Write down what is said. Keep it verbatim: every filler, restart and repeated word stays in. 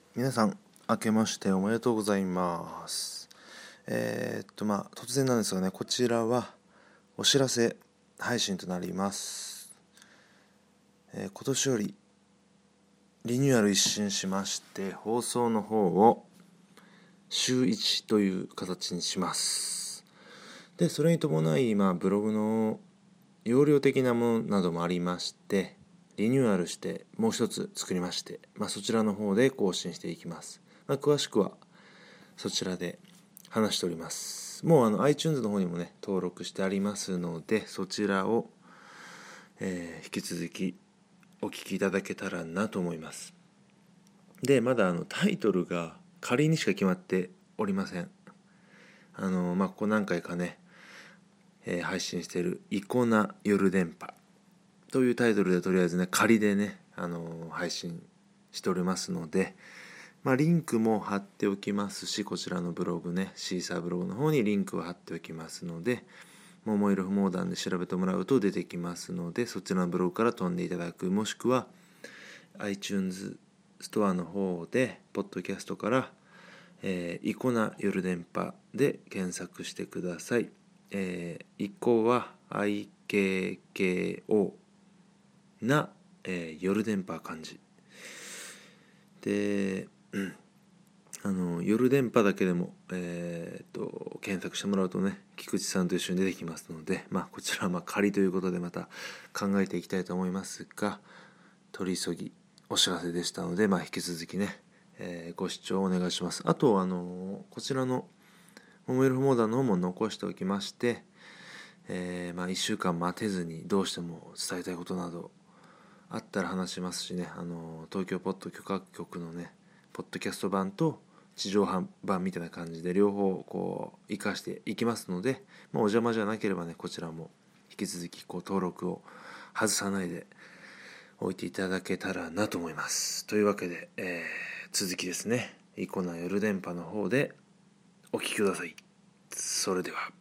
皆さん明けましておめでとうございます。えー、っとまあ突然なんですがね、こちらはお知らせ配信となります。えー、今年よりリニューアル一新しまして、放送の方を週いちという形にします。でそれに伴い、まあ、ブログの容量的なものなどもありまして、リニューアルしてもう一つ作りまして、まあ、そちらの方で更新していきます。まあ、詳しくはそちらで話しております。もうあの iTunes の方にもね登録してありますので、そちらを、えー、引き続きお聞きいただけたらなと思います。でまだあのタイトルが仮にしか決まっておりません。あのまあここ何回かね、えー、配信しているイコナ夜電波というタイトルで、とりあえずね仮でね、あのー、配信しておりますので、まあ、リンクも貼っておきますし、こちらのブログね、シーサーブログの方にリンクを貼っておきますので、桃色不毛談で調べてもらうと出てきますので、そちらのブログから飛んでいただく、もしくは iTunes ストアの方でポッドキャストから、えー、イコナ夜電波で検索してください。えー、イコは アイケーケーオー な、えー、夜電波漢字で、うん、あの夜電波だけでも、えー、と検索してもらうとね、菊池さんと一緒に出てきますので、まあ、こちらはまあ仮ということでまた考えていきたいと思いますが、取り急ぎお知らせでしたので、まあ、引き続きね、えー、ご視聴お願いします。あとあのこちらの桃色不毛談の方も残しておきまして、えーまあ、いっしゅうかん待てずにどうしても伝えたいことなどあったら話しますしね、あの東京ポッド許可局のねポッドキャスト版と地上波版みたいな感じで両方こう活かしていきますので、まあ、お邪魔じゃなければね、こちらも引き続きこう登録を外さないでおいていただけたらなと思います。というわけで、えー、続きですね、イコナ夜電波の方でお聞きください。それでは。